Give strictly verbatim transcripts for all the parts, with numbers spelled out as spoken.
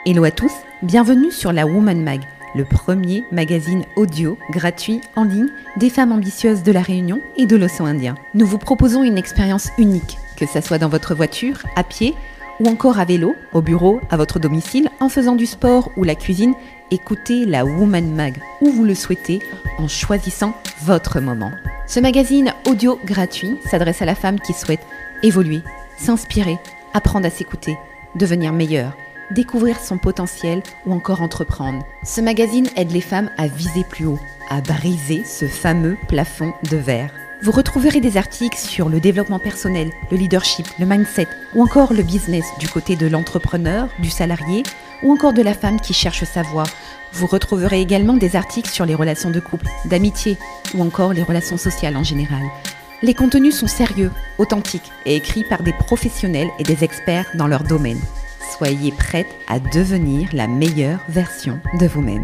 Hello à tous, bienvenue sur la Woman Mag, le premier magazine audio gratuit en ligne des femmes ambitieuses de la Réunion et de l'océan Indien. Nous vous proposons une expérience unique, que ça soit dans votre voiture, à pied ou encore à vélo, au bureau, à votre domicile, en faisant du sport ou la cuisine. Écoutez la Woman Mag où vous le souhaitez en choisissant votre moment. Ce magazine audio gratuit s'adresse à la femme qui souhaite évoluer, s'inspirer, apprendre à s'écouter, devenir meilleure, découvrir son potentiel ou encore entreprendre. Ce magazine aide les femmes à viser plus haut, à briser ce fameux plafond de verre. Vous retrouverez des articles sur le développement personnel, le leadership, le mindset ou encore le business du côté de l'entrepreneur, du salarié ou encore de la femme qui cherche sa voie. Vous retrouverez également des articles sur les relations de couple, d'amitié ou encore les relations sociales en général. Les contenus sont sérieux, authentiques et écrits par des professionnels et des experts dans leur domaine. Soyez prête à devenir la meilleure version de vous-même.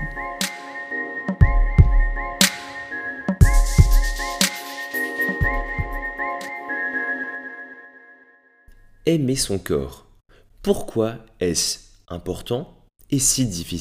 Aimer son corps. Pourquoi est-ce important et si difficile ?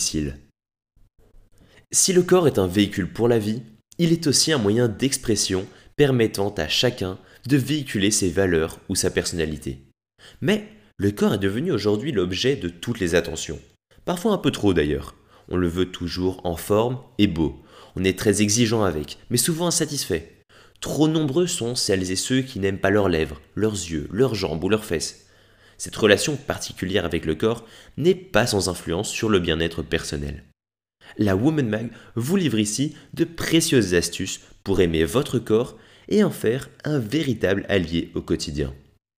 Si le corps est un véhicule pour la vie, il est aussi un moyen d'expression permettant à chacun de véhiculer ses valeurs ou sa personnalité. Mais le corps est devenu aujourd'hui l'objet de toutes les attentions. Parfois un peu trop d'ailleurs. On le veut toujours en forme et beau. On est très exigeant avec, mais souvent insatisfait. Trop nombreux sont celles et ceux qui n'aiment pas leurs lèvres, leurs yeux, leurs jambes ou leurs fesses. Cette relation particulière avec le corps n'est pas sans influence sur le bien-être personnel. La Woman Mag vous livre ici de précieuses astuces pour aimer votre corps et en faire un véritable allié au quotidien.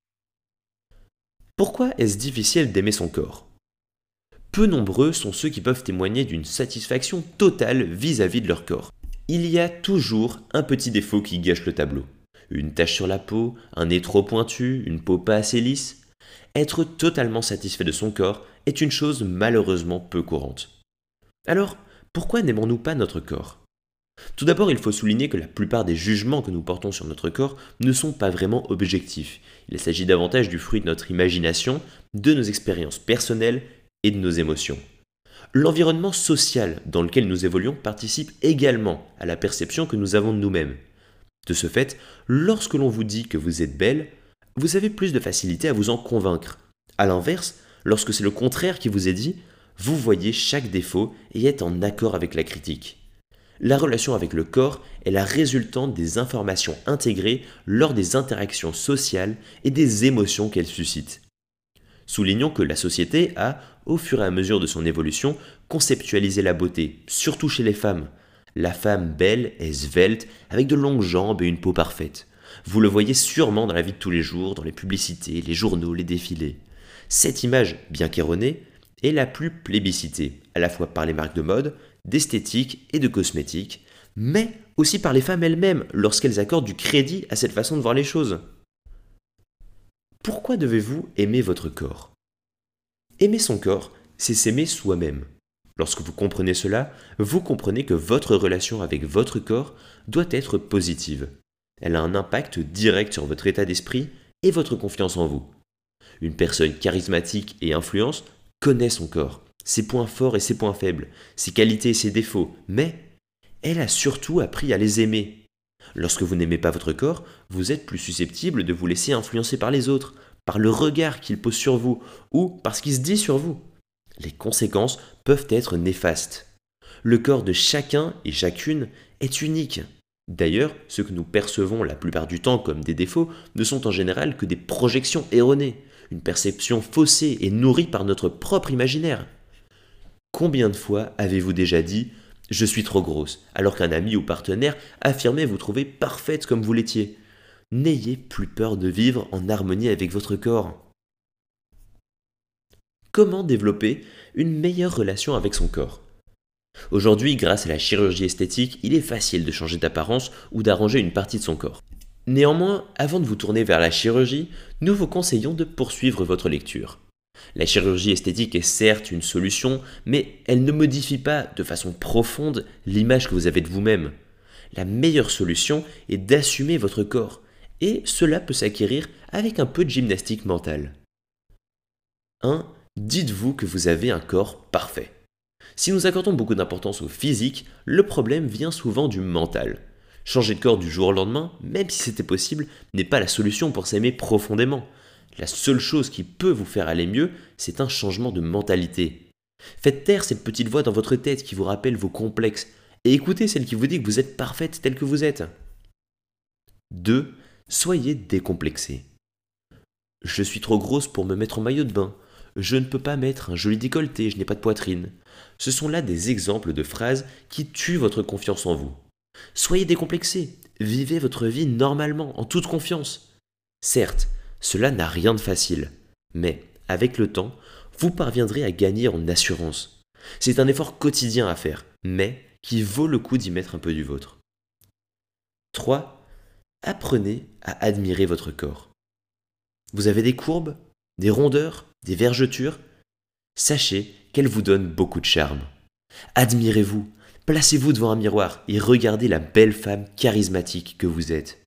Pourquoi est-ce difficile d'aimer son corps ? Peu nombreux sont ceux qui peuvent témoigner d'une satisfaction totale vis-à-vis de leur corps. Il y a toujours un petit défaut qui gâche le tableau. Une tache sur la peau, un nez trop pointu, une peau pas assez lisse. Être totalement satisfait de son corps est une chose malheureusement peu courante. Alors, pourquoi n'aimons-nous pas notre corps ? Tout d'abord, il faut souligner que la plupart des jugements que nous portons sur notre corps ne sont pas vraiment objectifs. Il s'agit davantage du fruit de notre imagination, de nos expériences personnelles et de nos émotions. L'environnement social dans lequel nous évoluons participe également à la perception que nous avons de nous-mêmes. De ce fait, lorsque l'on vous dit que vous êtes belle, vous avez plus de facilité à vous en convaincre. A l'inverse, lorsque c'est le contraire qui vous est dit, vous voyez chaque défaut et êtes en accord avec la critique. La relation avec le corps est la résultante des informations intégrées lors des interactions sociales et des émotions qu'elles suscitent. Soulignons que la société a, au fur et à mesure de son évolution, conceptualisé la beauté, surtout chez les femmes. La femme belle est svelte, avec de longues jambes et une peau parfaite. Vous le voyez sûrement dans la vie de tous les jours, dans les publicités, les journaux, les défilés. Cette image, bien qu'erronée, est la plus plébiscitée, à la fois par les marques de mode, d'esthétique et de cosmétiques, mais aussi par les femmes elles-mêmes lorsqu'elles accordent du crédit à cette façon de voir les choses. Pourquoi devez-vous aimer votre corps ? Aimer son corps, c'est s'aimer soi-même. Lorsque vous comprenez cela, vous comprenez que votre relation avec votre corps doit être positive. Elle a un impact direct sur votre état d'esprit et votre confiance en vous. Une personne charismatique et influente connaît son corps, ses points forts et ses points faibles, ses qualités et ses défauts, mais elle a surtout appris à les aimer. Lorsque vous n'aimez pas votre corps, vous êtes plus susceptible de vous laisser influencer par les autres, par le regard qu'ils posent sur vous ou par ce qui se dit sur vous. Les conséquences peuvent être néfastes. Le corps de chacun et chacune est unique. D'ailleurs, ce que nous percevons la plupart du temps comme des défauts ne sont en général que des projections erronées, une perception faussée et nourrie par notre propre imaginaire. Combien de fois avez-vous déjà dit « je suis trop grosse » alors qu'un ami ou partenaire affirmait vous trouver parfaite comme vous l'étiez ? N'ayez plus peur de vivre en harmonie avec votre corps. Comment développer une meilleure relation avec son corps ? Aujourd'hui, grâce à la chirurgie esthétique, il est facile de changer d'apparence ou d'arranger une partie de son corps. Néanmoins, avant de vous tourner vers la chirurgie, nous vous conseillons de poursuivre votre lecture. La chirurgie esthétique est certes une solution, mais elle ne modifie pas de façon profonde l'image que vous avez de vous-même. La meilleure solution est d'assumer votre corps, et cela peut s'acquérir avec un peu de gymnastique mentale. un Dites-vous que vous avez un corps parfait. Si nous accordons beaucoup d'importance au physique, le problème vient souvent du mental. Changer de corps du jour au lendemain, même si c'était possible, n'est pas la solution pour s'aimer profondément. La seule chose qui peut vous faire aller mieux, c'est un changement de mentalité. Faites taire cette petite voix dans votre tête qui vous rappelle vos complexes et écoutez celle qui vous dit que vous êtes parfaite telle que vous êtes. deux. Soyez décomplexé. Je suis trop grosse pour me mettre en maillot de bain. Je ne peux pas mettre un joli décolleté, je n'ai pas de poitrine. Ce sont là des exemples de phrases qui tuent votre confiance en vous. Soyez décomplexé, vivez votre vie normalement, en toute confiance. Certes, cela n'a rien de facile, mais avec le temps, vous parviendrez à gagner en assurance. C'est un effort quotidien à faire, mais qui vaut le coup d'y mettre un peu du vôtre. trois. Apprenez à admirer votre corps. Vous avez des courbes, des rondeurs, des vergetures. Sachez qu'elles vous donnent beaucoup de charme. Admirez-vous, placez-vous devant un miroir et regardez la belle femme charismatique que vous êtes.